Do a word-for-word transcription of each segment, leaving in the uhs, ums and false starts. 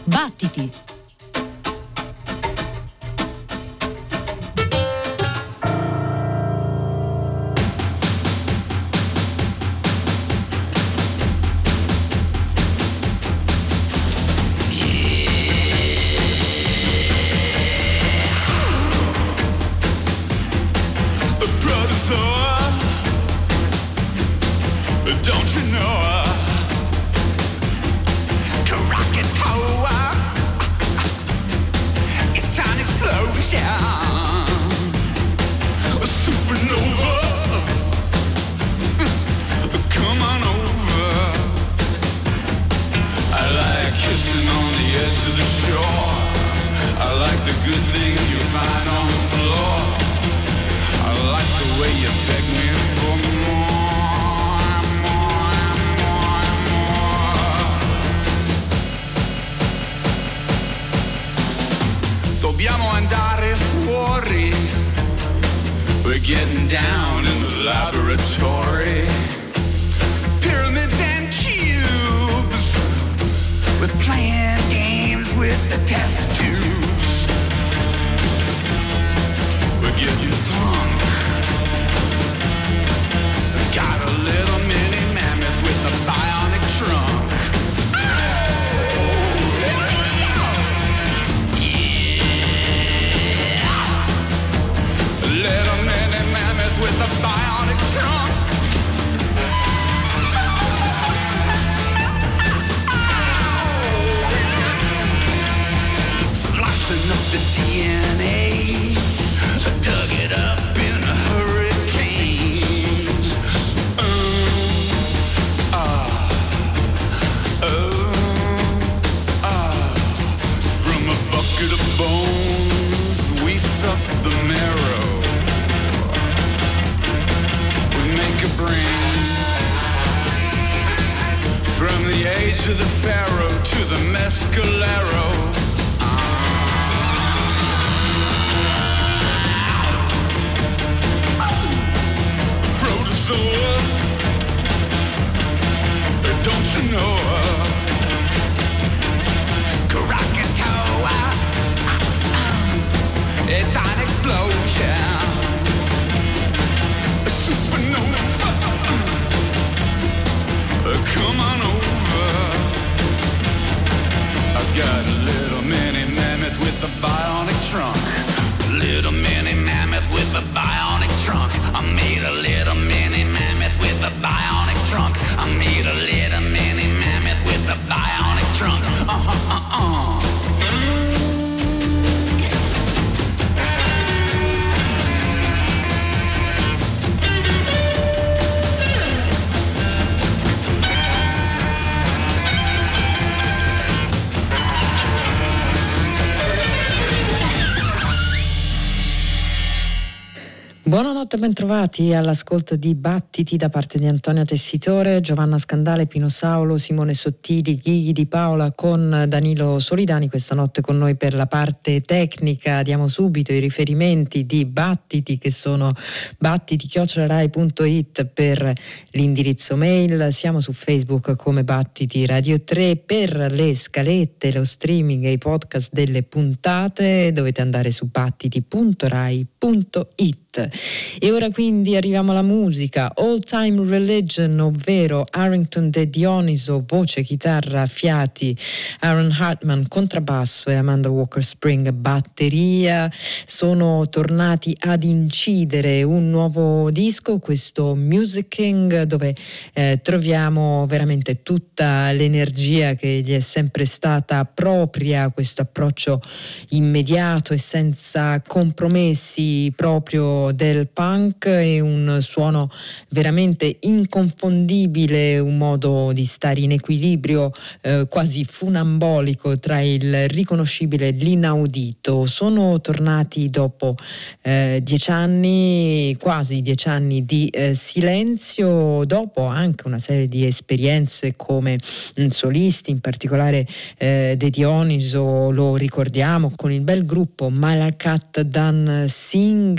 Battiti! Dobbiamo andare fuori. We're getting down in the laboratory. Pyramids and cubes. We're playing games with the test tubes. We're getting drunk. Got a little mini mammoth with a bionic trunk. Little mini mammoth with a bionic trunk. Slicing up the D N A, dug it up in a hurricane. Uh, ah, oh, ah. From a bucket of bones, we suck the marrow. Make a brain. From the age of the pharaoh to the mescalero. Protozoa, don't you know? Krakatoa, it's an explosion. Supernova, come on over. I've got a little mini mammoth with a bionic trunk. A little mini mammoth with a bionic trunk. I made a little mini mammoth with a bionic trunk. I made a little mini mammoth with a bionic trunk. Uh-huh, uh-uh. Buonanotte, bentrovati all'ascolto di Battiti da parte di Antonio Tessitore, Giovanna Scandale, Pino Saulo, Simone Sottili, Ghighi Di Paola con Danilo Solidani. Questa notte con noi per la parte tecnica. Diamo subito i riferimenti di Battiti, che sono battiti chiocciola rai punto it per l'indirizzo mail. Siamo su Facebook come Battiti Radio tre. Per le scalette, lo streaming e i podcast delle puntate dovete andare su battiti punto rai punto it. E ora quindi arriviamo alla musica. All Time Religion, ovvero Harrington De Dioniso, voce, chitarra, fiati, Aaron Hartman contrabbasso e Amanda Walker Spring batteria, sono tornati ad incidere un nuovo disco, questo Musicking, dove eh, troviamo veramente tutta l'energia che gli è sempre stata propria, questo approccio immediato e senza compromessi proprio del punk, e un suono veramente inconfondibile, un modo di stare in equilibrio eh, quasi funambolico tra il riconoscibile e l'inaudito. Sono tornati dopo eh, dieci anni, quasi dieci anni di eh, silenzio, dopo anche una serie di esperienze come mh, solisti, in particolare eh, De Dioniso lo ricordiamo con il bel gruppo Malakat Dan Singh,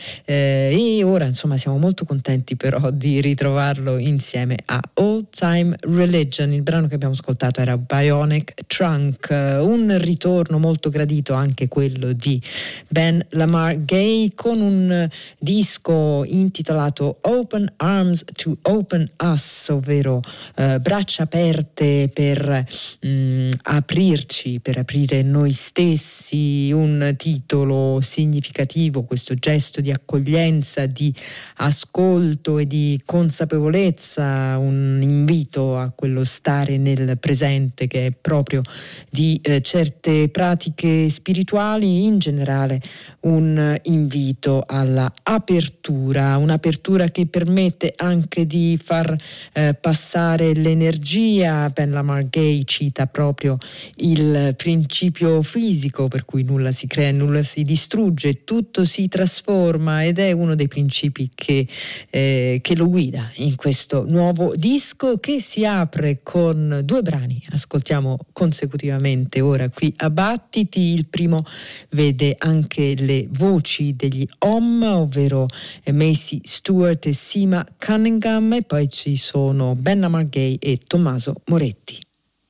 eh, e ora insomma siamo molto contenti però di ritrovarlo insieme a Old Time Religion. Il brano che abbiamo ascoltato era Bionic Trunk, un ritorno molto gradito anche quello di Ben Lamar Gay, con un disco intitolato Open Arms to Open Us, ovvero eh, braccia aperte per mh, aprirci, per aprire noi stessi. Un titolo significativo, questo gesto di accoglienza, di ascolto e di consapevolezza, un invito a quello stare nel presente che è proprio di eh, certe pratiche spirituali, in generale un invito alla apertura, un'apertura che permette anche di far eh, passare l'energia. Ben Lamar Gay cita proprio il principio fisico per cui nulla si crea, nulla si distrugge, tutto si trasforma, ed è uno dei principi che, eh, che lo guida in questo nuovo disco che si apre con due brani. Ascoltiamo consecutivamente ora qui a Battiti. Il primo vede anche le voci degli Om, ovvero Macy Stewart e Sima Cunningham, e poi ci sono Ben Lamar Gay e Tommaso Moretti.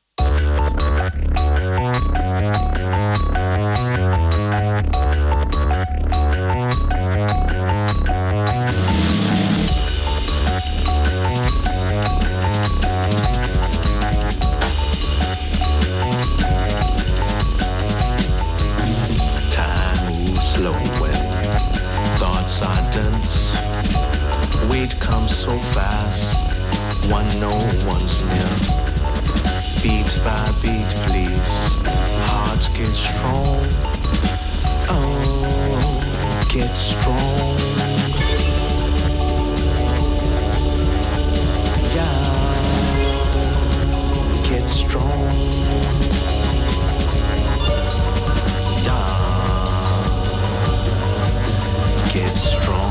Weight comes so fast, one no one's near. Beat by beat, please. Heart get strong. Oh, get strong. Yeah, get strong. Yeah, get strong.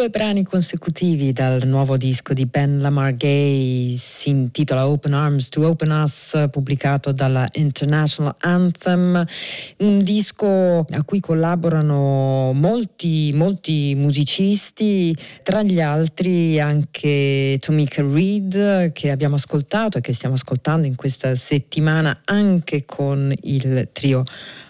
Due brani consecutivi dal nuovo disco di Ben Lamar Gay, si intitola Open Arms to Open Us, pubblicato dalla International Anthem, un disco a cui collaborano molti, molti musicisti, tra gli altri anche Tomica Reed, che abbiamo ascoltato e che stiamo ascoltando in questa settimana anche con il trio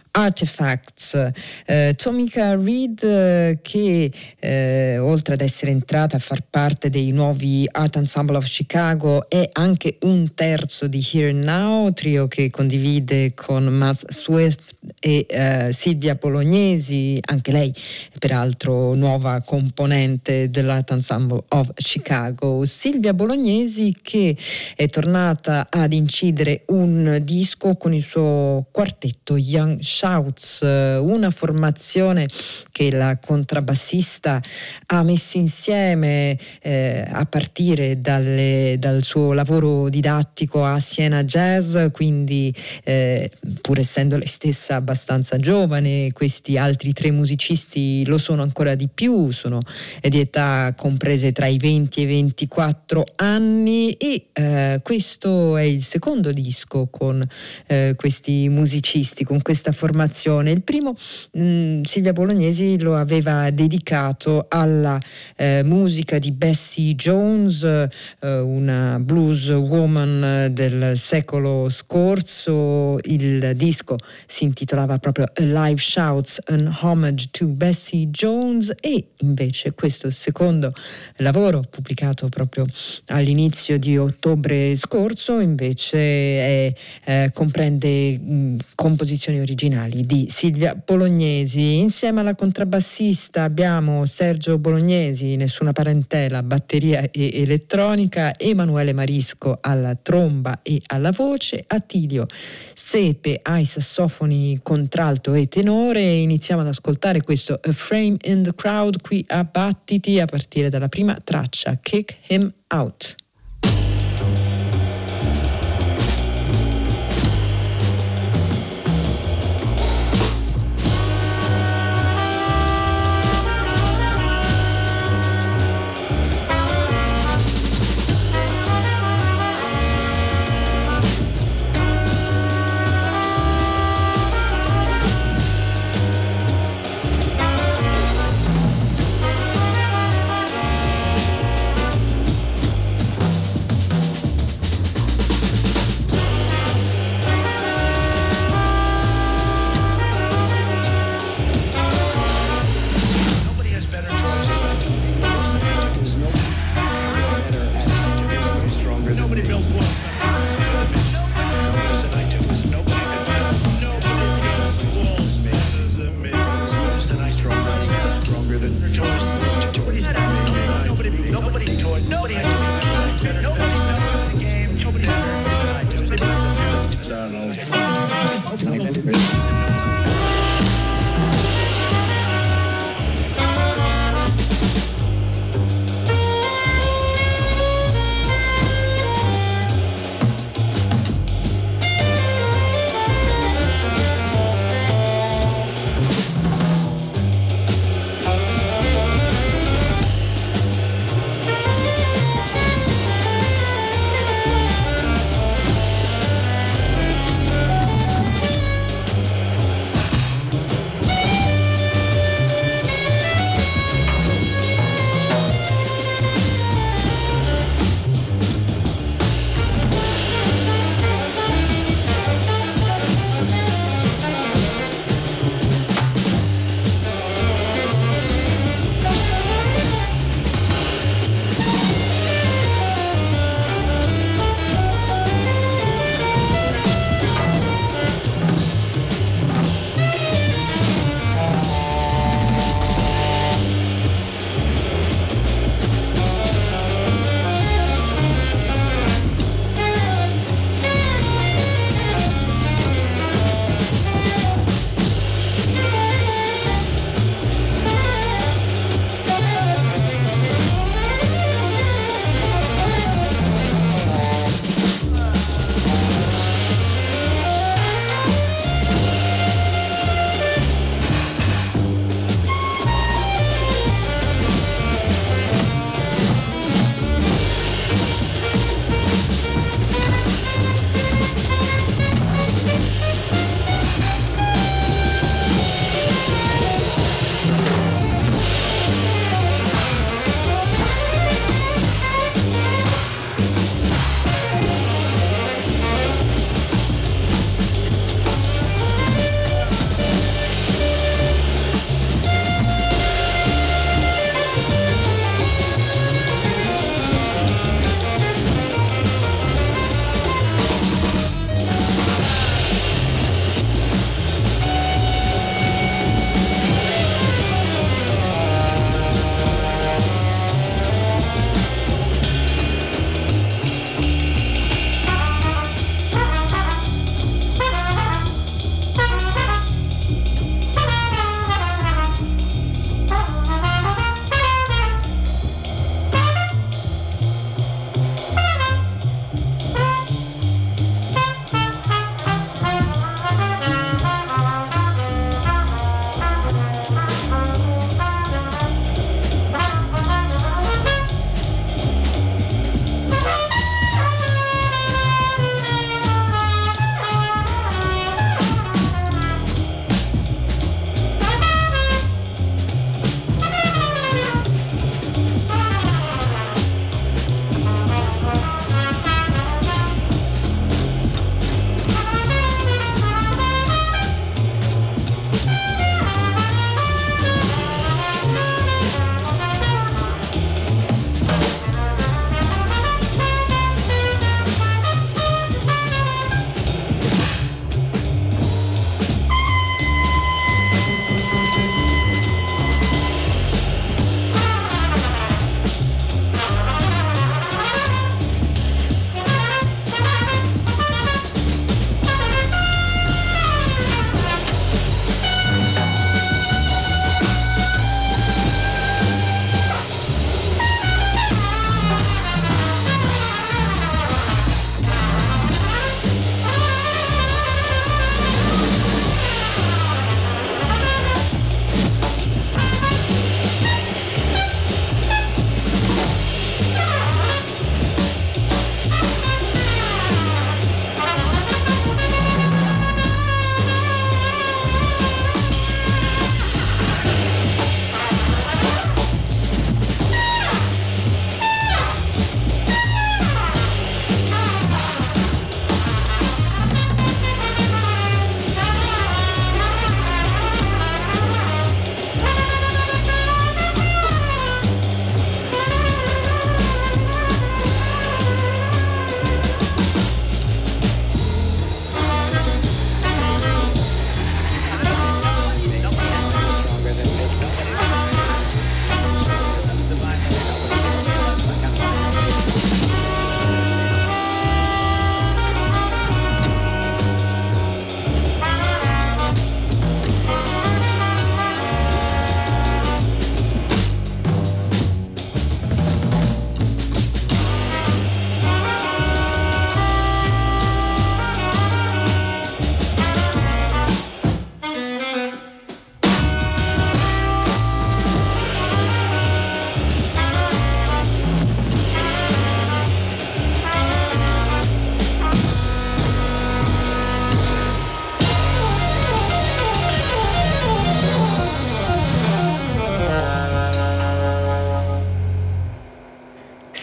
Artifacts. eh, Tomica Reed eh, che eh, oltre ad essere entrata a far parte dei nuovi Art Ensemble of Chicago è anche un terzo di Here and Now, trio che condivide con Maz Swift e eh, Silvia Bolognesi, anche lei peraltro nuova componente dell'Art Ensemble of Chicago. Silvia Bolognesi che è tornata ad incidere un disco con il suo quartetto Young Shouts, una formazione che la contrabbassista ha messo insieme eh, a partire dalle, dal suo lavoro didattico a Siena Jazz, quindi eh, pur essendo lei stessa abbastanza giovane, questi altri tre musicisti lo sono ancora di più, sono di età comprese tra i venti e i ventiquattro anni e eh, questo è il secondo disco con eh, questi musicisti, con questa formazione. Il primo mh, Silvia Bolognesi lo aveva dedicato alla eh, musica di Bessie Jones, eh, una blues woman del secolo scorso. Il disco si intitolava proprio A Live Shouts, an homage to Bessie Jones, e invece questo secondo lavoro pubblicato proprio all'inizio di ottobre scorso invece è, eh, comprende mh, composizioni originali di Silvia Bolognesi. Insieme alla contrabbassista abbiamo Sergio Bolognesi, nessuna parentela, batteria e elettronica, Emanuele Marisco alla tromba e alla voce, Attilio Sepe ai sassofoni contralto e tenore. Iniziamo ad ascoltare questo A Frame in the Crowd qui a Battiti a partire dalla prima traccia, Kick Him Out.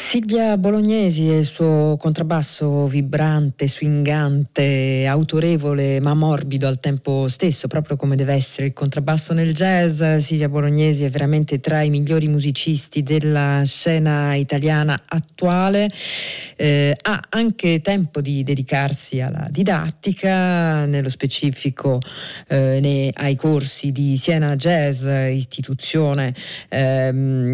Silvia Bolognesi e il suo contrabbasso vibrante, swingante, autorevole ma morbido al tempo stesso, proprio come deve essere il contrabbasso nel jazz. Silvia Bolognesi è veramente tra i migliori musicisti della scena italiana attuale. Eh, ha anche tempo di dedicarsi alla didattica, nello specifico eh, ne, ai corsi di Siena Jazz, istituzione eh,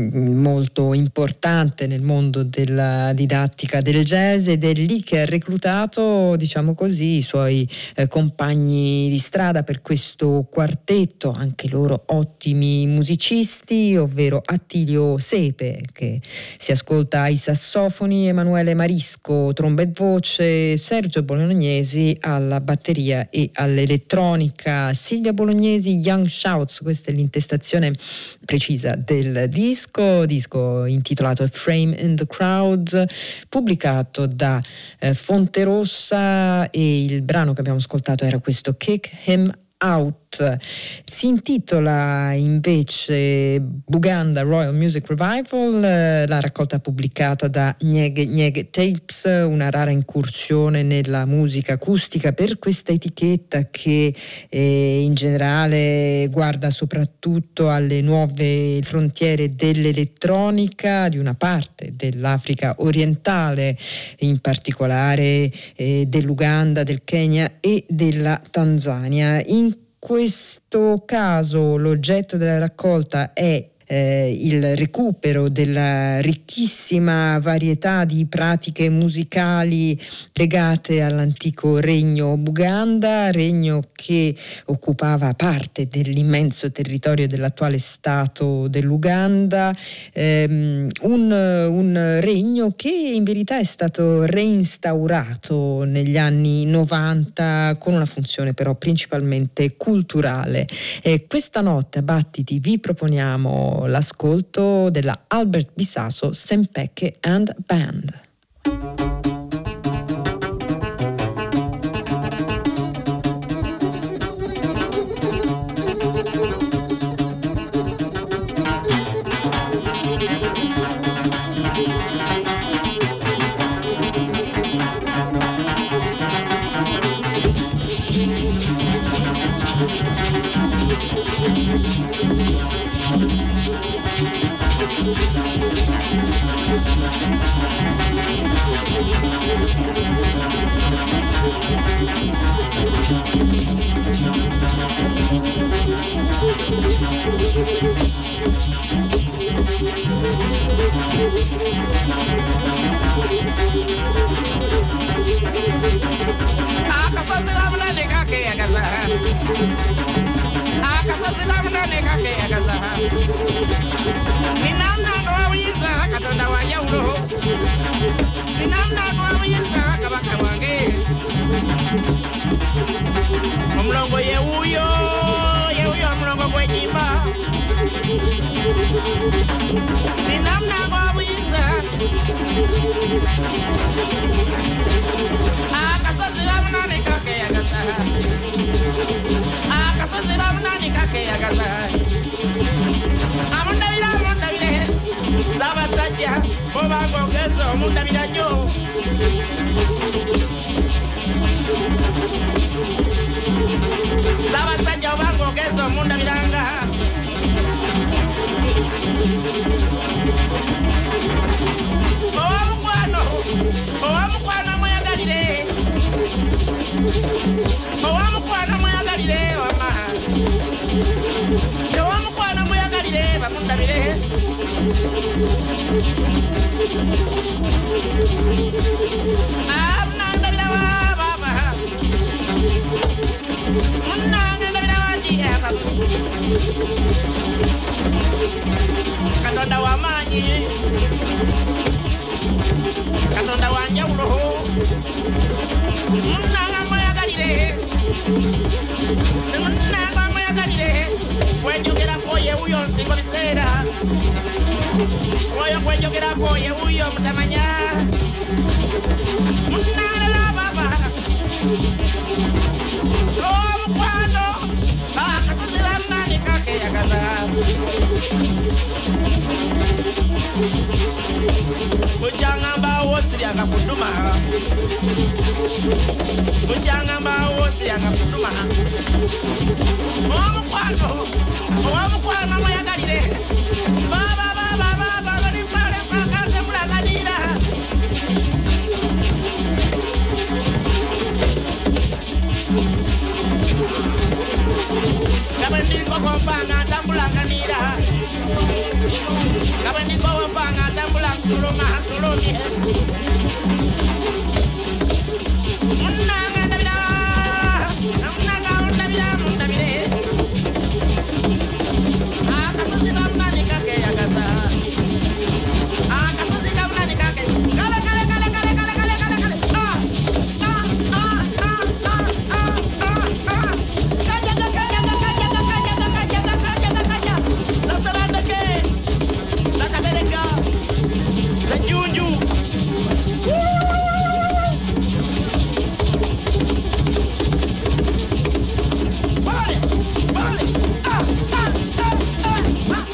molto importante nel mondo della didattica del jazz, ed è lì che ha reclutato, diciamo così, i suoi eh, compagni di strada per questo quartetto, anche loro ottimi musicisti, ovvero Attilio Sepe, che si ascolta ai sassofoni, Emanuele Marisco tromba e voce, Sergio Bolognesi alla batteria e all'elettronica. Silvia Bolognesi, Young Shouts, questa è l'intestazione precisa del disco, disco intitolato Frame in the Crowd, pubblicato da eh, Fonte Rossa, e il brano che abbiamo ascoltato era questo Kick Him Out. Si intitola invece Buganda Royal Music Revival, la raccolta pubblicata da Nyege Nyege Tapes, una rara incursione nella musica acustica per questa etichetta che eh, in generale guarda soprattutto alle nuove frontiere dell'elettronica di una parte dell'Africa orientale, in particolare eh, dell'Uganda, del Kenya e della Tanzania. In questo caso l'oggetto della raccolta è Eh, il recupero della ricchissima varietà di pratiche musicali legate all'antico regno Buganda, regno che occupava parte dell'immenso territorio dell'attuale stato dell'Uganda, ehm, un, un regno che in verità è stato reinstaurato negli anni novanta con una funzione però principalmente culturale. E questa notte a Battiti vi proponiamo l'ascolto della Albert Bisaso Sempeke and Band. Mlongo yeuyo yeuyo mlongo kwenyimba ninamna kwawiza akasozi lamnani kake yakasa akasozi lamnani kake yakasa amundabira amundabire zabasajja bobangogezo mundabira nyo Zabasajja obangogezo mundabiranga owamukwano owamukwano mweyagalire owamukwano mweyagalire wama owamukwano mweyagalire bamundabire abnandabira wababa munangandabira wandieka katonda w'amaanyi katonda wa njawulo munanga mweyagalire munanga mweyagalire kwenjogerako yewuyo nsingo biseera oyo kwenjogerako yewuyo mutamanya munanga baba omukwano akasozi lamnani kakeyagaza Mujanga mbawo siyanga kuduma. Mujanga mbawo siyanga kuduma. Mwamu kwano, mwamu kwano mama yakalire. Baba baba baba bali pale pakase mulakalira. Kabendiko kompanga tambulanganira. Kabendiko kompanga tambulang tulunga tulungi. Munanga ndabira. Munanga ndabira ndabire. Akasuzi kamna nikake yakasa. Akasuzi kamna nikake. Kale kale kale kale kale kale kale kale. Ah. Ah ah ah ah ah ah ah. Kaja kaja kaja kaja kaja kaja kaja kaja. Zasabanda ke. Zakabeleka. Zajunju. Vale. Vale. Ah ah ah ah.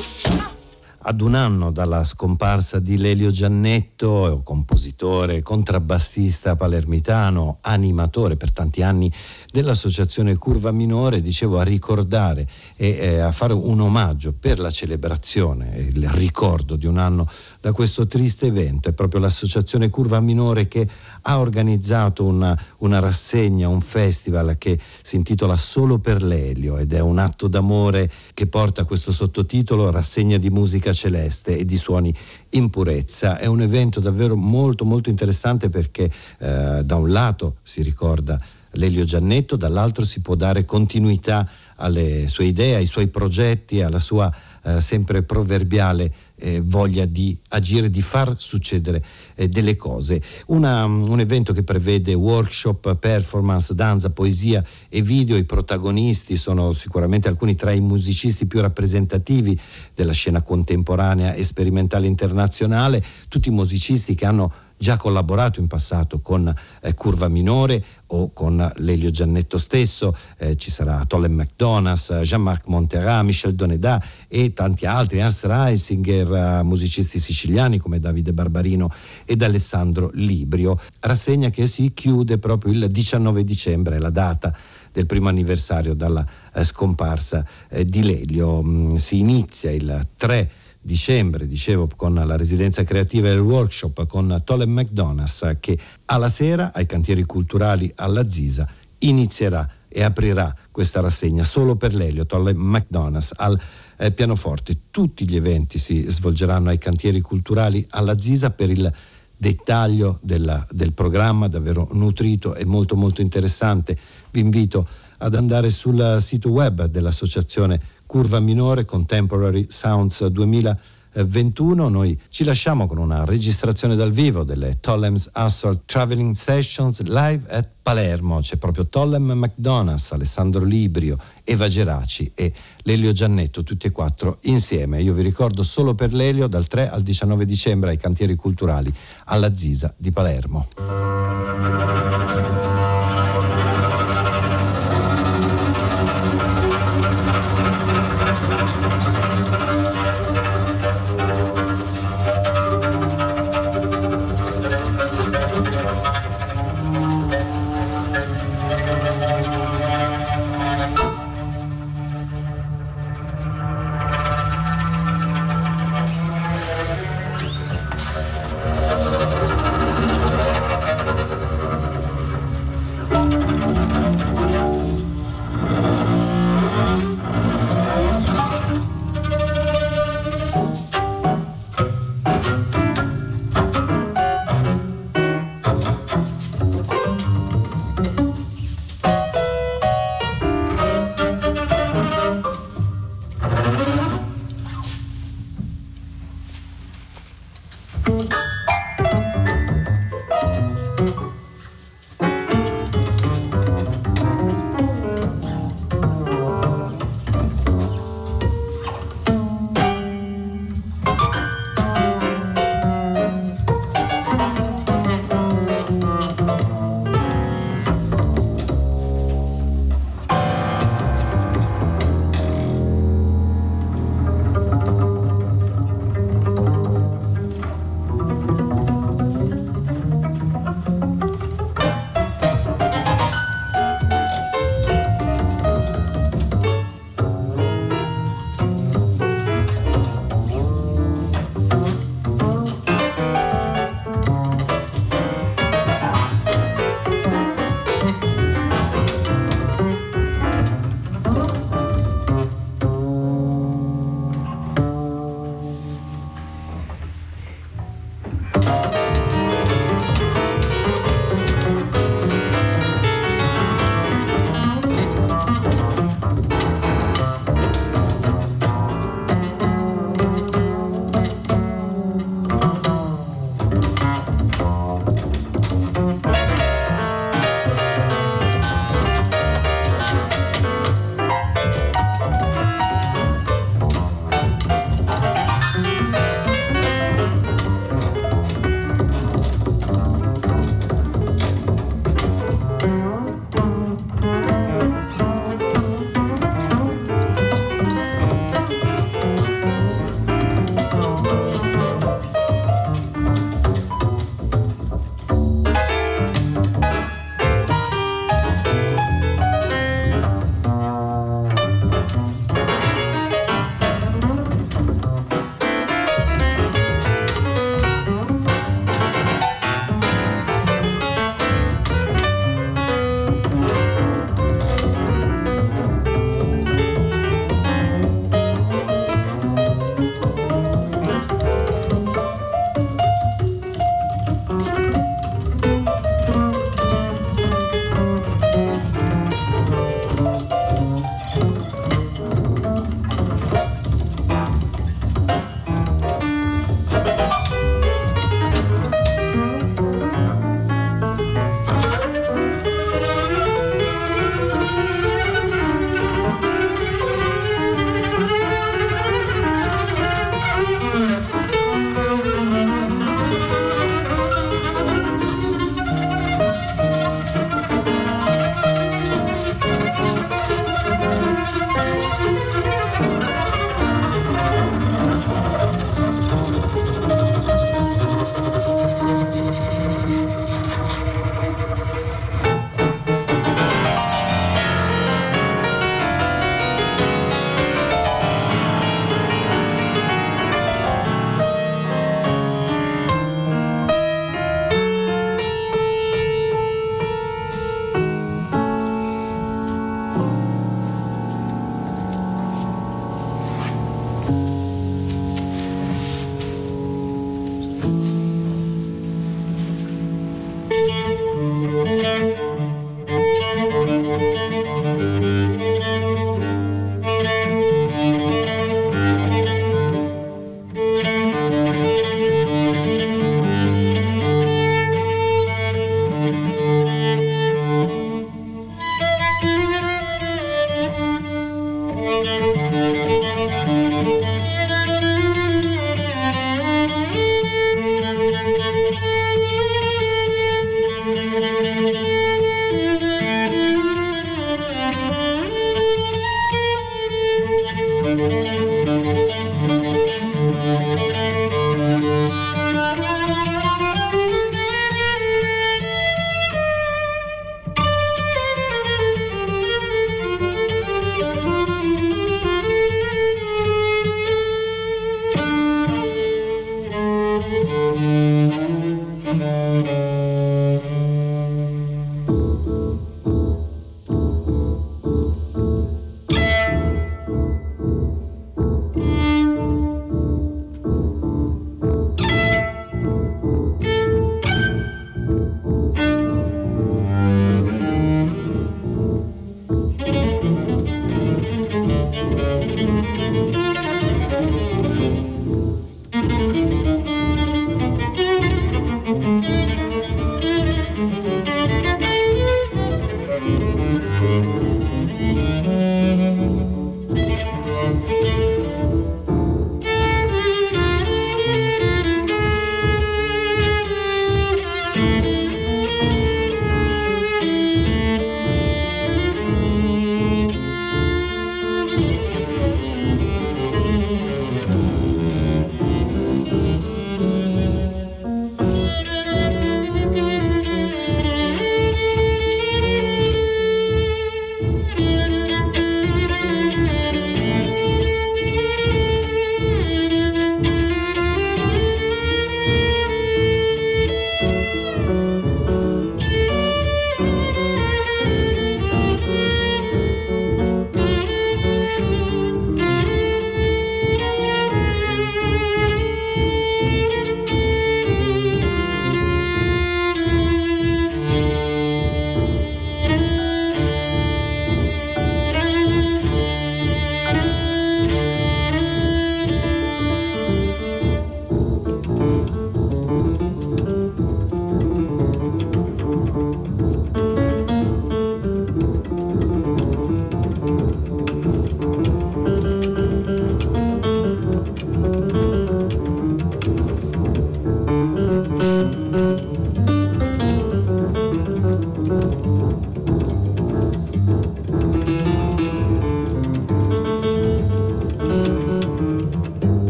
Ad un anno dalla scomparsa di Lelio Giannetto, compositore, contrabbassista palermitano, animatore per tanti anni dell'associazione Curva Minore, dicevo, a ricordare e eh, a fare un omaggio per la celebrazione e il ricordo di un anno da questo triste evento. È proprio l'associazione Curva Minore che ha organizzato una, una rassegna, un festival che si intitola Solo per Lelio ed è un atto d'amore che porta questo sottotitolo Rassegna di musica celeste e di suoni in purezza. È un evento davvero molto molto interessante perché eh, da un lato si ricorda Lelio Giannetto, dall'altro si può dare continuità alle sue idee, ai suoi progetti, alla sua eh, sempre proverbiale eh, voglia di agire, di far succedere eh, delle cose. Una, un evento che prevede workshop, performance, danza, poesia e video. I protagonisti sono sicuramente alcuni tra i musicisti più rappresentativi della scena contemporanea e sperimentale internazionale, tutti musicisti che hanno già collaborato in passato con eh, Curva Minore o con Lelio Giannetto stesso. Eh, ci sarà Tollem McDonald, Jean-Marc Monterà, Michel Donedà e tanti altri, Hans Reisinger, eh, musicisti siciliani come Davide Barbarino ed Alessandro Librio. Rassegna che si chiude proprio il diciannove dicembre, la data del primo anniversario dalla eh, scomparsa eh, di Lelio. Mm, si inizia il tre dicembre, dicevo, con la residenza creativa e il workshop con Tollem McDonald, che alla sera ai Cantieri Culturali alla Zisa inizierà e aprirà questa rassegna Solo per Lelio, Tollem McDonald al eh, pianoforte. Tutti gli eventi si svolgeranno ai Cantieri Culturali alla Zisa. Per il dettaglio della, del programma davvero nutrito e molto molto interessante vi invito ad andare sul sito web dell'associazione Curva Minore, Contemporary Sounds duemilaventuno. Noi ci lasciamo con una registrazione dal vivo delle Tollem's Asphalt Traveling Sessions live at Palermo. C'è proprio Tollem McDonald, Alessandro Librio, Eva Geraci e Lelio Giannetto, tutti e quattro insieme. Io vi ricordo Solo per Lelio dal tre al diciannove dicembre ai Cantieri Culturali alla Zisa di Palermo.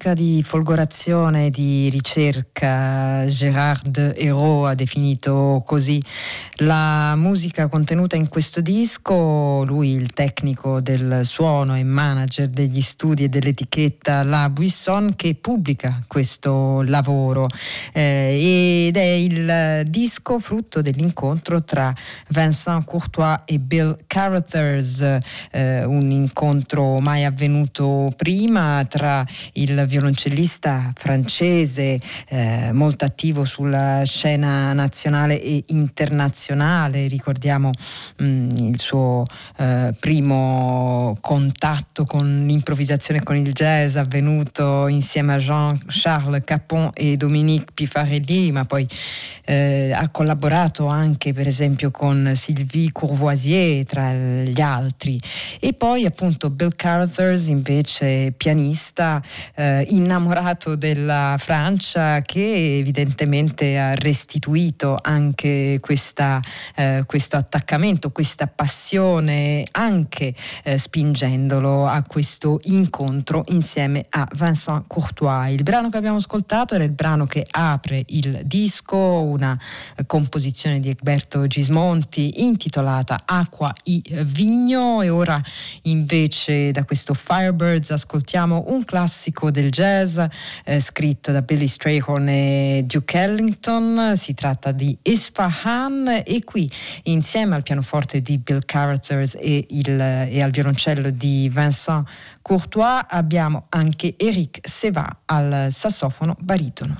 musica di folgorazione, di ricerca. Gérard Hérault ha definito così la musica contenuta in questo disco. Lui, il tecnico del suono e manager degli studi e dell'etichetta La Buisson, che pubblica questo lavoro, eh, ed è il disco frutto dell'incontro tra Vincent Courtois e Bill Carruthers, eh, un incontro mai avvenuto prima tra il violoncellista francese, eh, molto attivo sulla scena nazionale e internazionale. Ricordiamo mh, il suo eh, primo contatto con l'improvvisazione, con il jazz, avvenuto insieme a Jean-Charles Capon e Dominique Pifarelli, ma poi eh, ha collaborato anche per esempio con Sylvie Courvoisier tra gli altri. E poi appunto Bill Carruthers, invece pianista, eh, innamorato della Francia, che evidentemente ha restituito anche questa, eh, questo attaccamento, questa passione, anche eh, spingendolo a questo incontro insieme a Vincent Courtois. Il brano che abbiamo ascoltato era il brano che apre il disco, una eh, composizione di Egberto Gismonti intitolata Acqua e Vigno. E ora invece da questo Firebirds ascoltiamo un classico del jazz eh, scritto da Billy Strayhorn e Duke Ellington. Si tratta di Isfahan, e qui insieme al pianoforte di Bill Carruthers e, il, e al violoncello di Vincent Courtois abbiamo anche Eric Seva al sassofono baritono.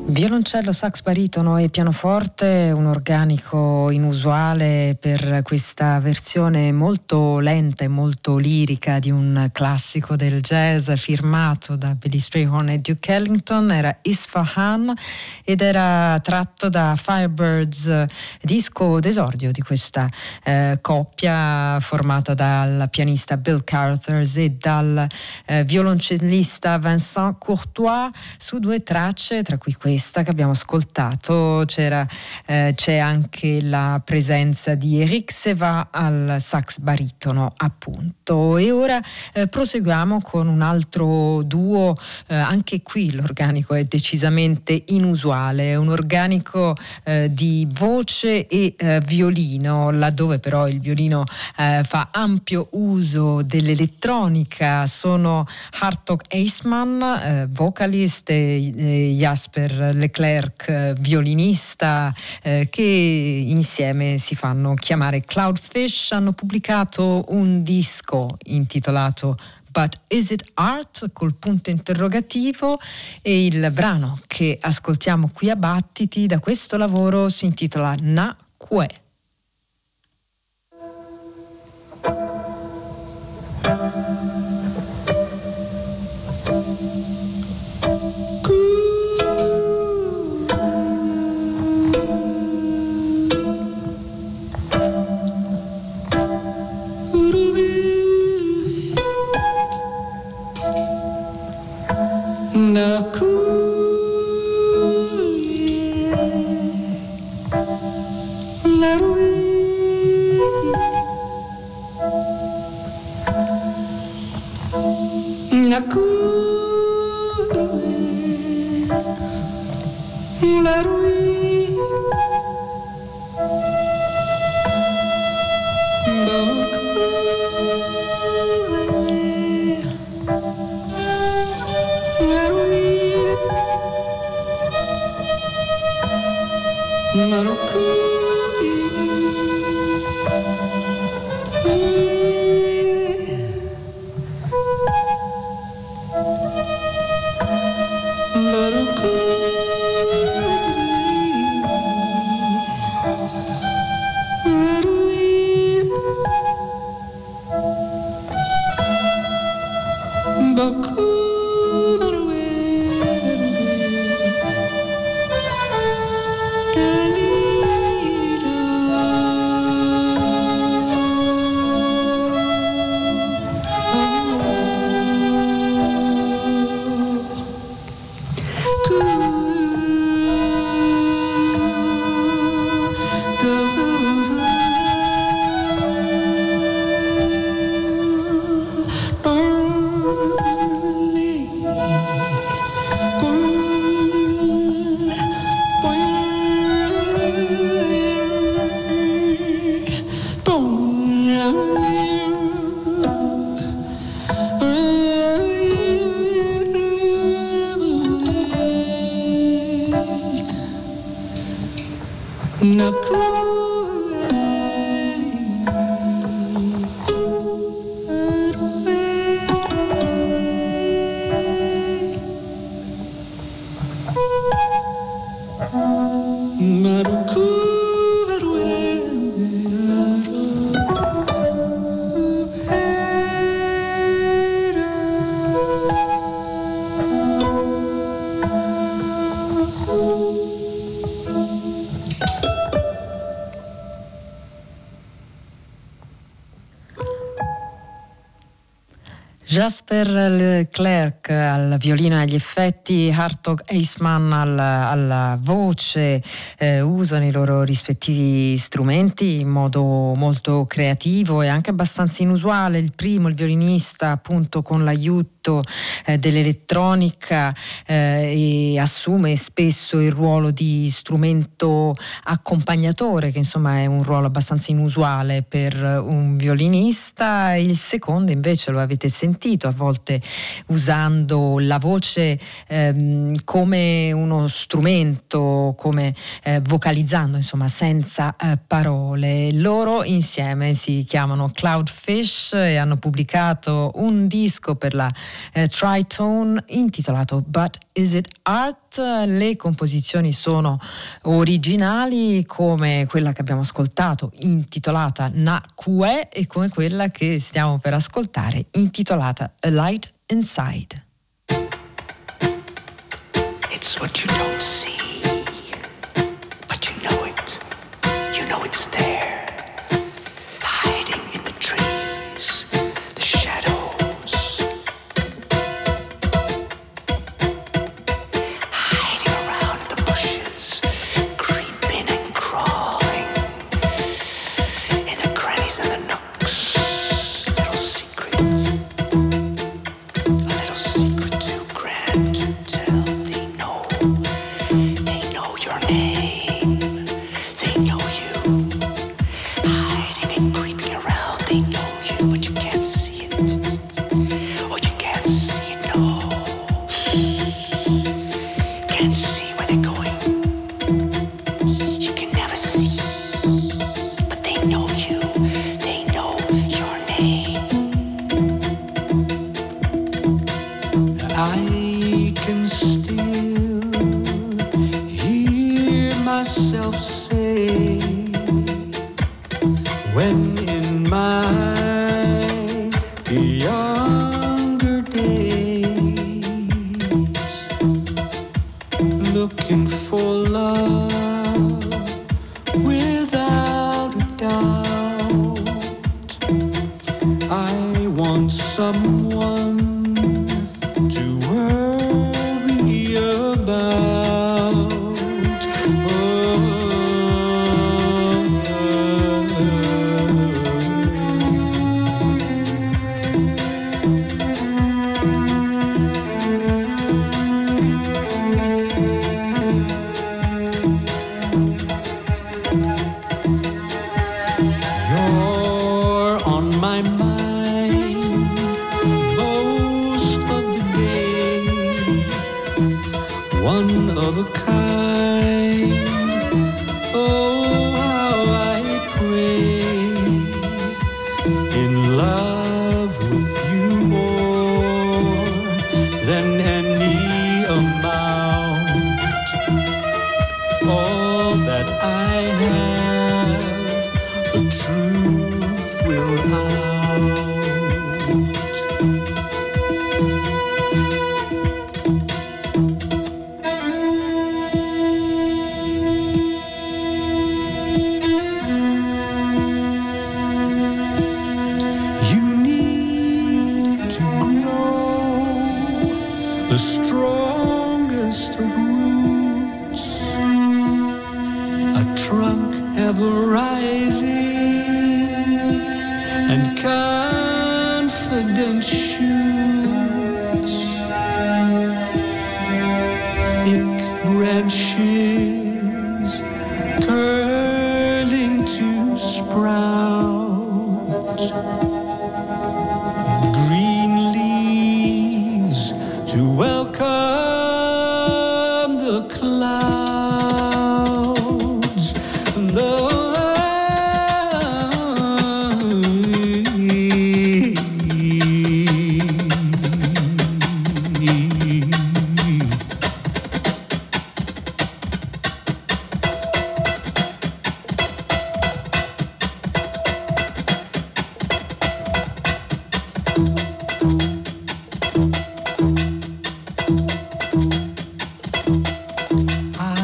Violoncello, sax baritono e pianoforte, un organico inusuale per questa versione molto lenta e molto lirica di un classico del jazz firmato da Billy Strayhorn e Duke Ellington. Era Isfahan ed era tratto da Firebirds, disco d'esordio di questa eh, coppia formata dal pianista Bill Carruthers e dal eh, violoncellista Vincent Courtois, su due tracce, tra cui questa che abbiamo ascoltato c'era, eh, c'è anche la presenza di Eric Seva al sax baritono, appunto. E ora eh, proseguiamo con un altro duo, eh, anche qui l'organico è decisamente inusuale, è un organico eh, di voce e eh, violino, laddove però il violino eh, fa ampio uso dell'elettronica. Sono Hartog Eisman, eh, vocalist, e eh, Jasper Leclerc, violinista, eh, che insieme si fanno chiamare Cloudfish. Hanno pubblicato un disco intitolato But Is It Art? Col punto interrogativo, e il brano che ascoltiamo qui a Battiti da questo lavoro si intitola Na Que. Jasper Leclerc al violino e agli effetti, Hartog Eisman alla, alla voce, eh, usano i loro rispettivi strumenti in modo molto creativo e anche abbastanza inusuale. Il primo, il violinista, appunto con l'aiuto eh, dell'elettronica, eh, e assume spesso il ruolo di strumento accompagnatore, che insomma è un ruolo abbastanza inusuale per un violinista. Il secondo invece, lo avete sentito, a volte usando la voce ehm, come uno strumento, come eh, vocalizzando, insomma senza eh, parole. Loro insieme si chiamano Cloudfish e hanno pubblicato un disco per la eh, Tritone intitolato But Is It Art? Bat. Le composizioni sono originali, come quella che abbiamo ascoltato intitolata Na Kue e come quella che stiamo per ascoltare intitolata A Light Inside. It's what you don't see, but you know it. You know it's there, hiding in the trees, the shadows, hiding around in the bushes, creeping and crawling in the crannies and the nooks. Little secrets, a little secret too grand to tell. They know, they know your name. They know you, hiding and creeping around. They know you, but you can't see it. Oh, you can't see it, no. Can't see where they're going. You can never see, but they know you. They know your name. I can still hear myself say, when in my younger days, looking for love without a doubt, I want someone to worry about. You're on my mind most of the day, one of a kind. Oh, how I pray, in love with you more than any amount. All that I have, the truth will out. You need to grow the strongest of roots, a trunk ever rising and confident shoots, thick branches curling to sprout, green leaves to welcome the clouds. The I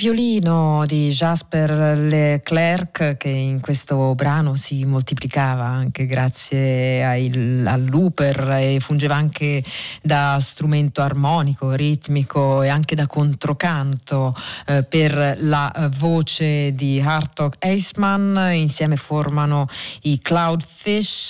violino di Jasper Leclerc, che in questo brano si moltiplicava anche grazie ai, al looper e fungeva anche da strumento armonico, ritmico e anche da controcanto eh, per la voce di Hartog Eijsman. Insieme formano i Cloudfish,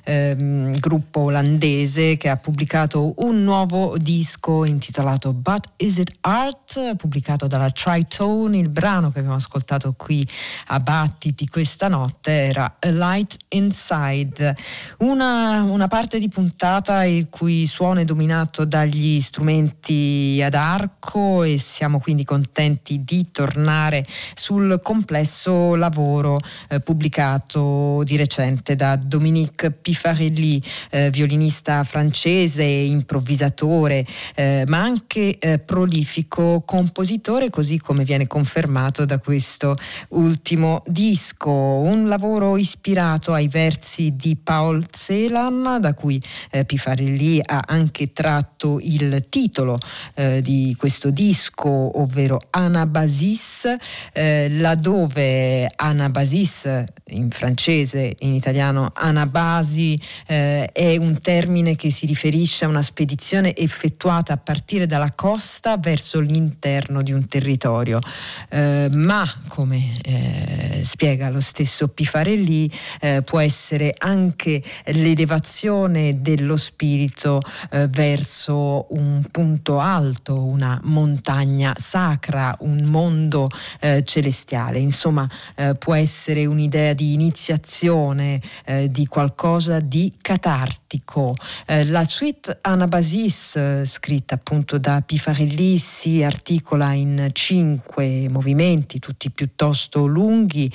ehm, gruppo olandese che ha pubblicato un nuovo disco intitolato But Is It Art, pubblicato dalla Tritone. Il brano che abbiamo ascoltato qui a Battiti questa notte era A Light Inside, una, una parte di puntata il cui suono è dominato dagli strumenti ad arco, e siamo quindi contenti di tornare sul complesso lavoro eh, pubblicato di recente da Dominique Pifarelli, eh, violinista francese, improvvisatore, eh, ma anche eh, prolifico compositore, così come viene confermato da questo ultimo disco. Un lavoro ispirato ai versi di Paul Celan, da cui eh, Pifarelli ha anche tratto il titolo eh, di questo disco, ovvero Anabasis, eh, laddove Anabasis in francese, in italiano Anabasi, eh, è un termine che si riferisce a una spedizione effettuata a partire dalla costa verso l'interno di un territorio, eh, ma come eh, spiega lo stesso Pifarelli, eh, può essere anche l'elevazione dello spirito eh, verso un punto alto, una montagna sacra, un mondo eh, celestiale. Insomma, eh, può essere un'idea di iniziazione, eh, di qualcosa di catartico. Eh, la suite Anabasis, eh, scritta appunto da Pifarelli, si articola in cinque movimenti, tutti piuttosto lunghi.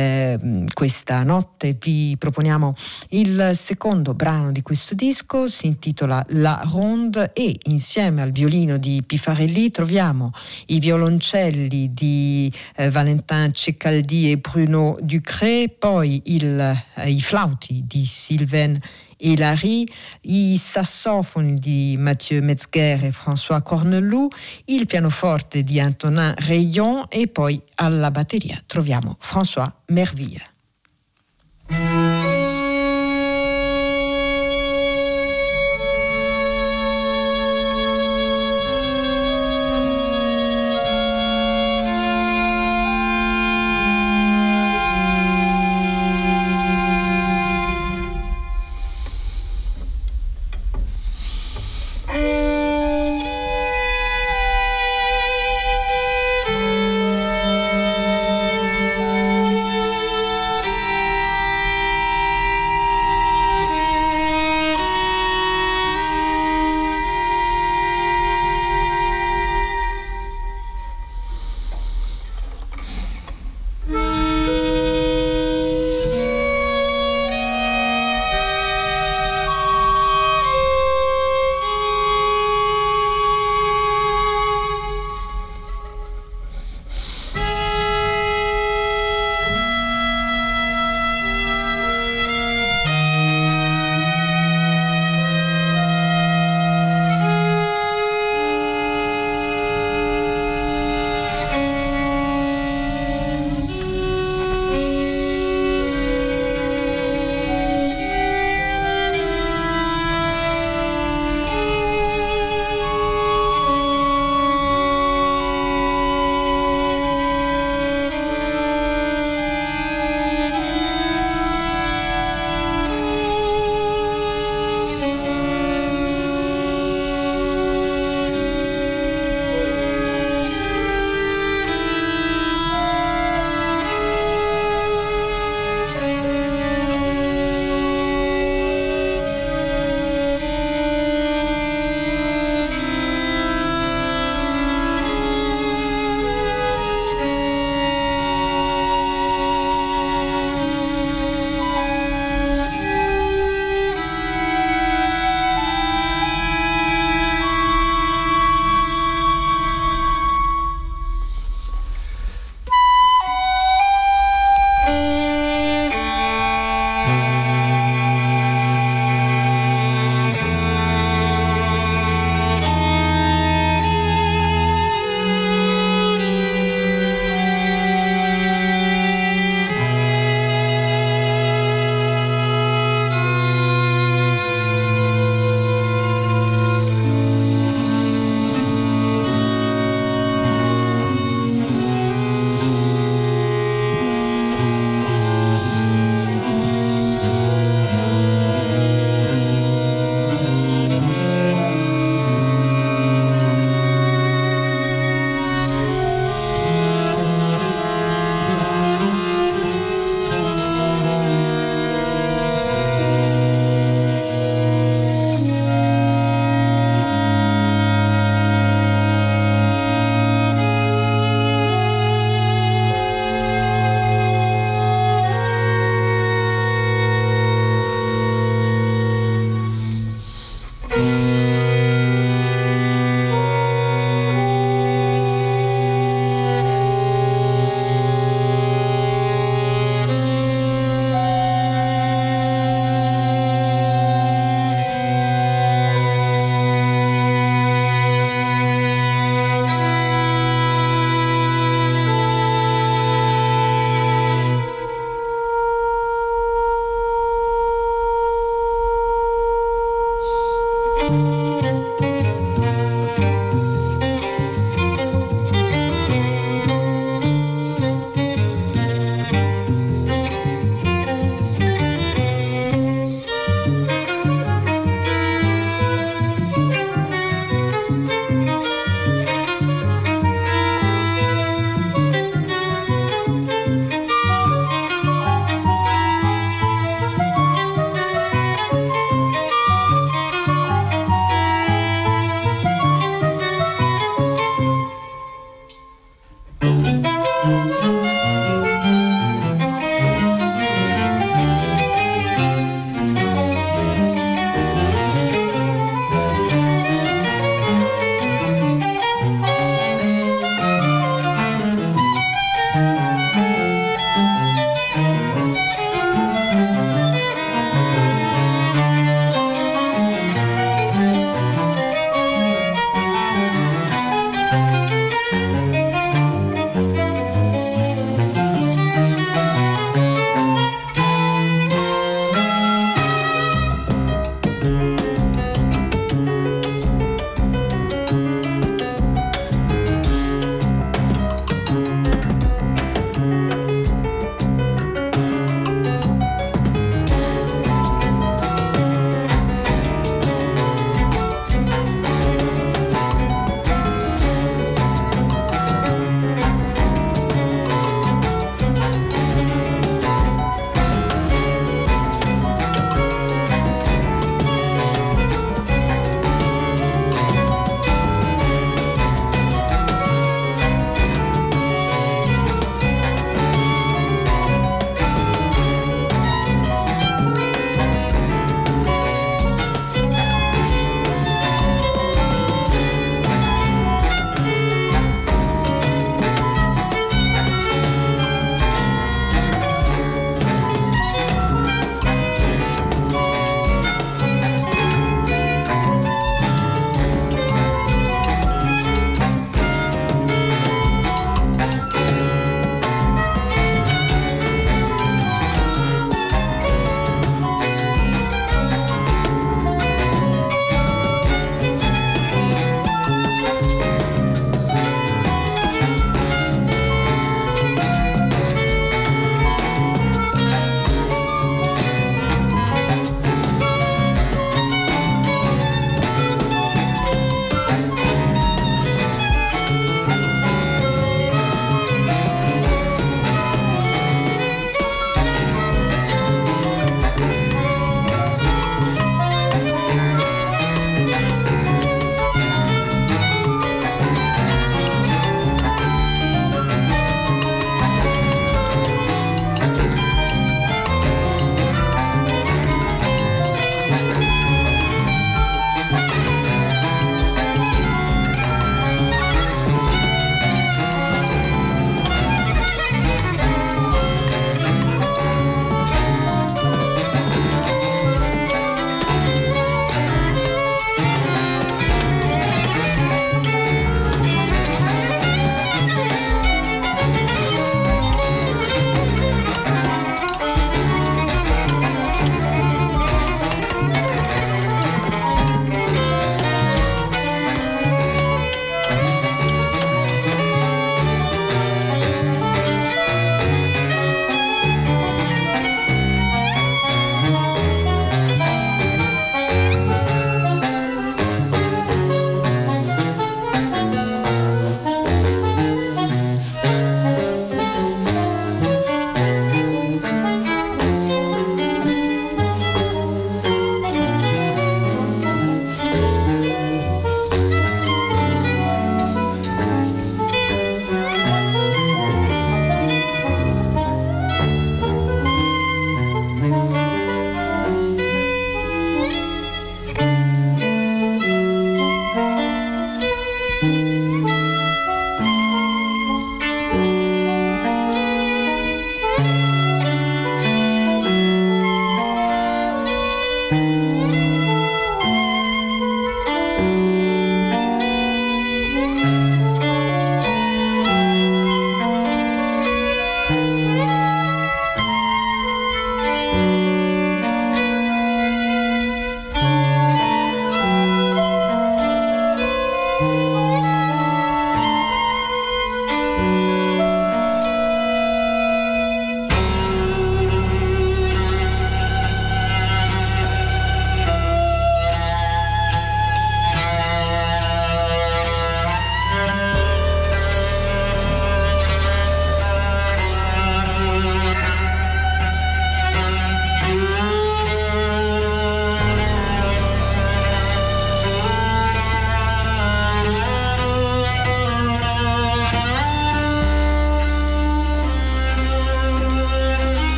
Eh, questa notte vi proponiamo il secondo brano di questo disco, si intitola La Ronde, e insieme al violino di Pifarelli troviamo i violoncelli di eh, Valentin Ceccaldi e Bruno Ducré, poi il, eh, i flauti di Sylvain Hilary, i sassofoni di Mathieu Metzger e François Corneloup, il pianoforte di Antonin Rayon, e poi alla batteria troviamo François Merville. Thank you.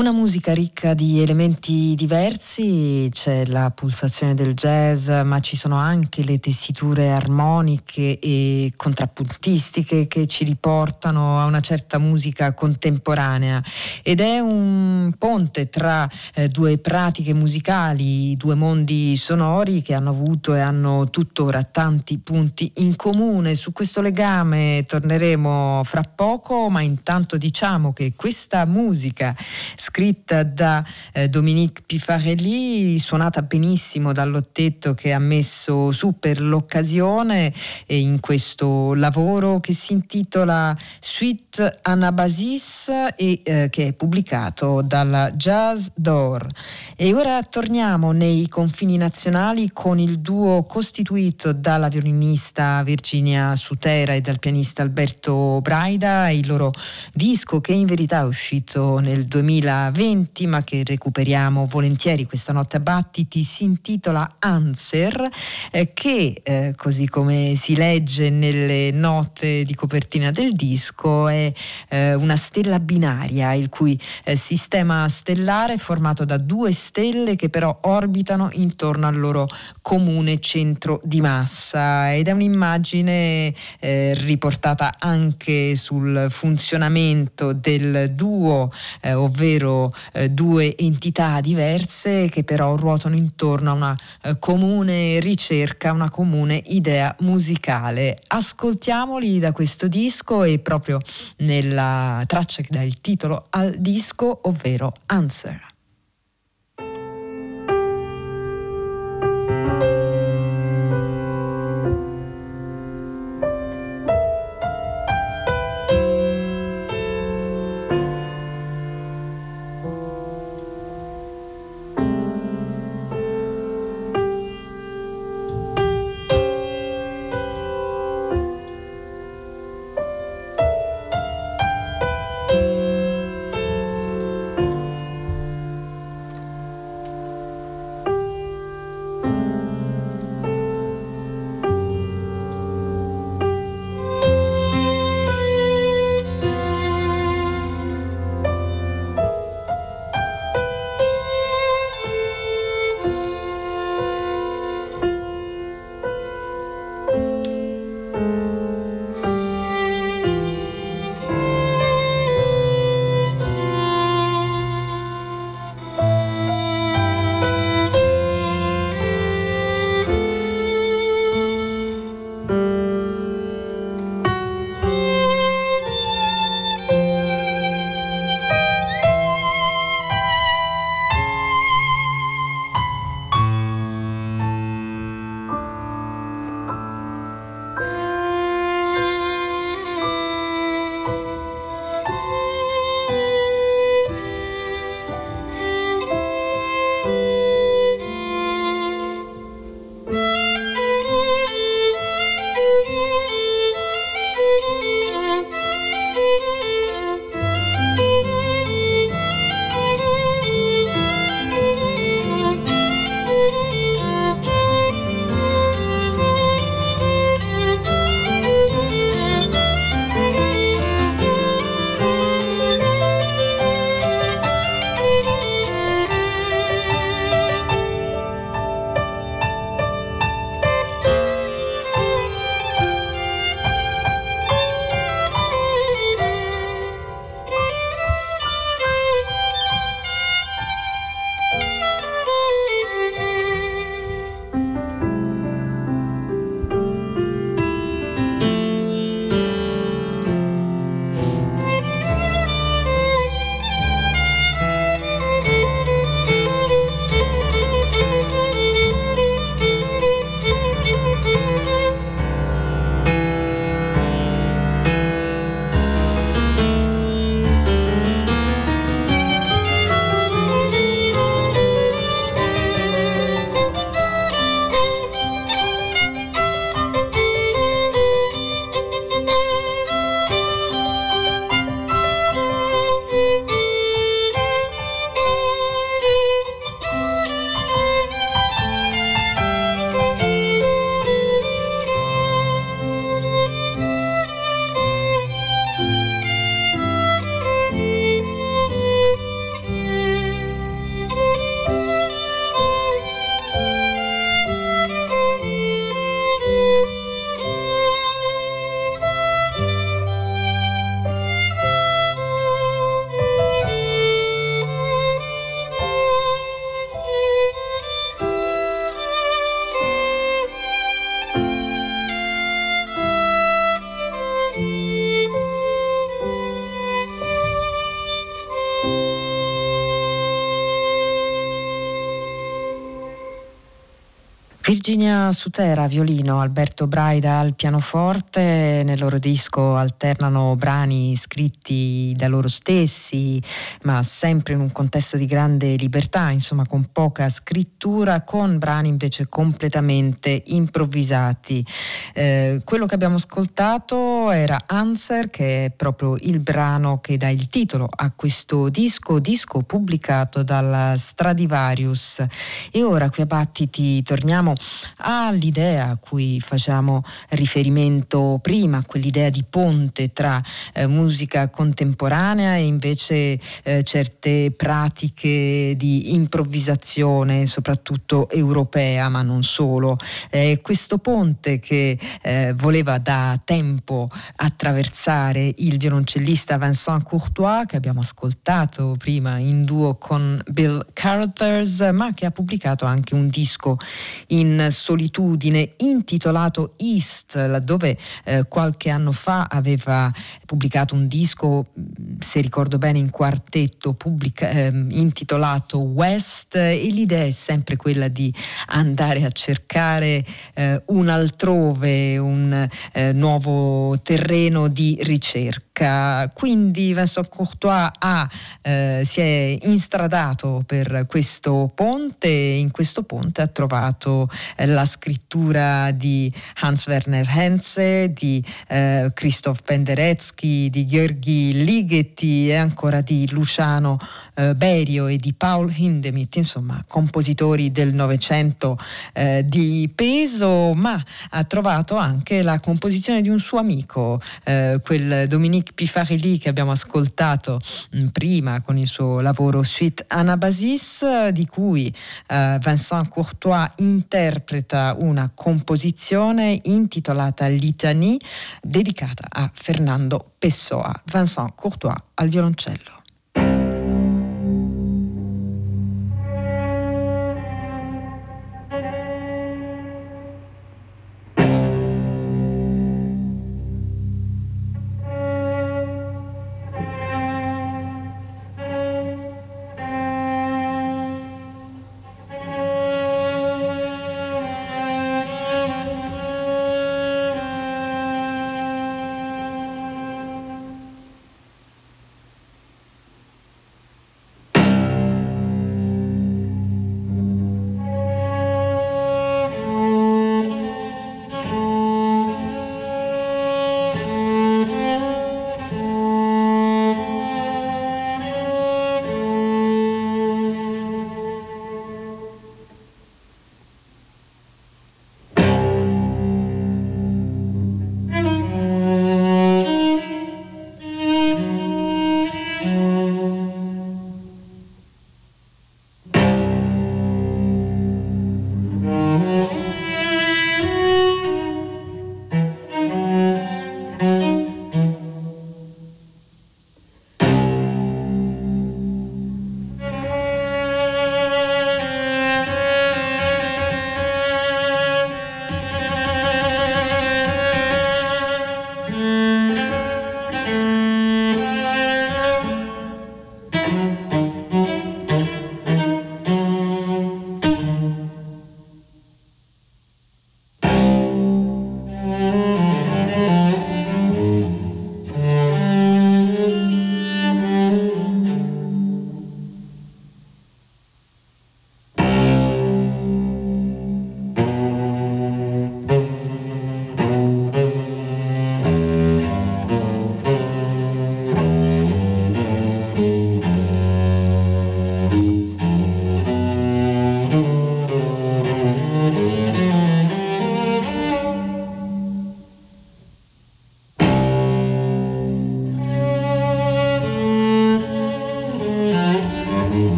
Una musica ricca di elementi diversi, c'è la pulsazione del jazz, ma ci sono anche le tessiture armoniche e contrappuntistiche che ci riportano a una certa musica contemporanea, ed è un ponte tra eh, due pratiche musicali, due mondi sonori che hanno avuto e hanno tuttora tanti punti in comune. Su questo legame torneremo fra poco, ma intanto diciamo che questa musica scritta da eh, Dominique Pifarelli, suonata benissimo dall'ottetto che ha messo su per l'occasione e in questo lavoro che si intitola Suite Anabasis e eh, che è pubblicato dalla Jazz d'Or. E ora torniamo nei confini nazionali con il duo costituito dalla violinista Virginia Sutera e dal pianista Alberto Braida, il loro disco che in verità è uscito nel duemilaventi ma che recuperiamo volentieri questa notte a Battiti, si intitola Answer, eh, che eh, così come si legge nelle note di copertina del disco è eh, una stella binaria, il cui eh, sistema stellare è formato da due stelle che però orbitano intorno al loro comune centro di massa, ed è un'immagine eh, riportata anche sul funzionamento del duo, eh, ovvero Eh, due entità diverse che però ruotano intorno a una eh, comune ricerca, una comune idea musicale. Ascoltiamoli da questo disco e proprio nella traccia che dà il titolo al disco, ovvero Answer. Virginia Sutera violino, Alberto Braida al pianoforte. Nel loro disco alternano brani scritti da loro stessi, ma sempre in un contesto di grande libertà, insomma con poca scrittura, con brani invece completamente improvvisati. Eh, quello che abbiamo ascoltato era Answer, che è proprio il brano che dà il titolo a questo disco, disco pubblicato dalla Stradivarius. E ora qui a Battiti torniamo all'idea a cui facciamo riferimento prima, quell'idea di ponte tra eh, musica contemporanea e invece eh, certe pratiche di improvvisazione, soprattutto europea, ma non solo. Eh, questo ponte che eh, voleva da tempo attraversare il violoncellista Vincent Courtois, che abbiamo ascoltato prima in duo con Bill Carruthers, ma che ha pubblicato anche un disco in solitudine intitolato East, laddove eh, qualche anno fa aveva pubblicato un disco, se ricordo bene in quartetto, pubblica, eh, intitolato West, e l'idea è sempre quella di andare a cercare eh, un altrove, un eh, nuovo terreno di ricerca. Quindi Vincent Courtois ha, eh, si è instradato per questo ponte, e in questo ponte ha trovato eh, la scrittura di Hans Werner Henze, di eh, Christoph Penderecki, di György Ligeti e ancora di Luciano eh, Berio e di Paul Hindemith, insomma compositori del Novecento eh, di peso, ma ha trovato anche la composizione di un suo amico, eh, quel Dominique Pifarelli che abbiamo ascoltato mh, prima con il suo lavoro Suite Anabasis, di cui eh, Vincent Courtois interpreta una composizione intitolata Litanie, dedicata a Fernando Pessoa. Vincent Courtois al violoncello.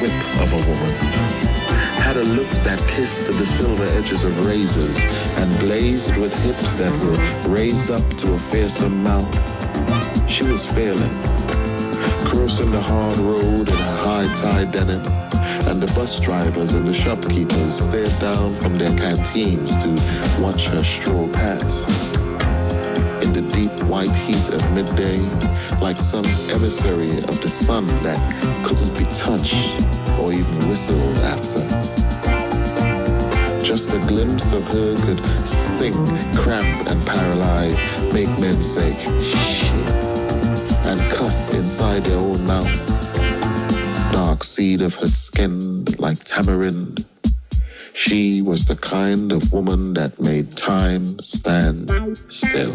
whip of a woman, had a look that kissed the silver edges of razors and blazed with hips that were raised up to a fearsome mouth. She was fearless, crossing the hard road in a high-tie denim, and the bus drivers and the shopkeepers stared down from their canteens to watch her stroll past. In the deep white heat of midday, like some emissary of the sun that couldn't be touched or even whistled after. Just a glimpse of her could sting, cramp and paralyze, make men say, shit, and cuss inside their own mouths. Dark seed of her skin like tamarind. She was the kind of woman that made time stand still.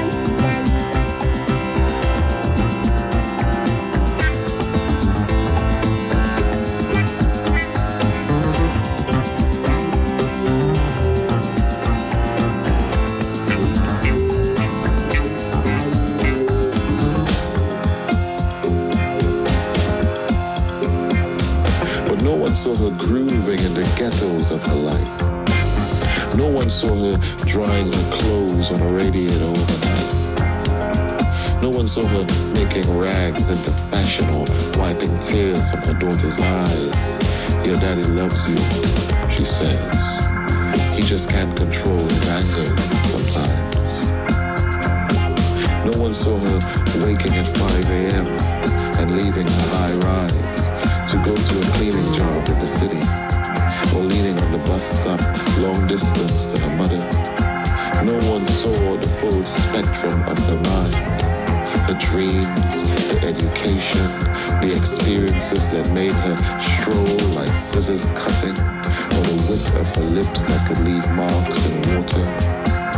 Saw her grooving in the ghettos of her life. No one saw her drying her clothes on a radiator overnight. No one saw her making rags into fashion or wiping tears from her daughter's eyes. Your daddy loves you, she says. He just can't control his anger sometimes. No one saw her waking at five a.m. and leaving her high rise to go to a cleaning job in the city, or leaning on the bus stop long distance to her mother. No one saw the full spectrum of her mind, her dreams, the education, the experiences that made her stroll like scissors cutting, or the width of her lips that could leave marks in water.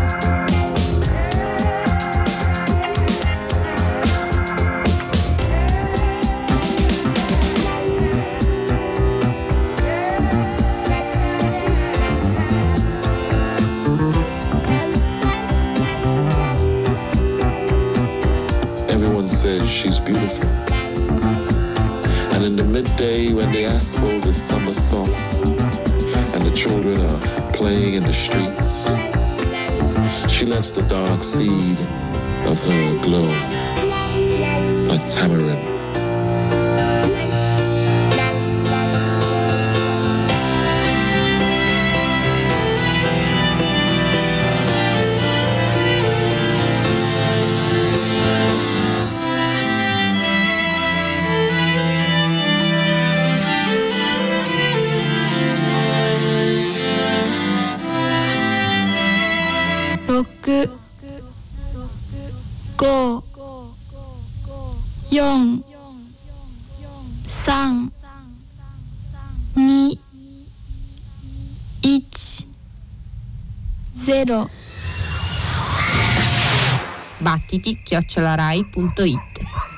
She's beautiful. And in the midday when the asphalt is summer soft and the children are playing in the streets, she lets the dark seed of her glow like tamarind. ご、よん、さん、に、いち、ゼロ battiti chiocciola rai punto it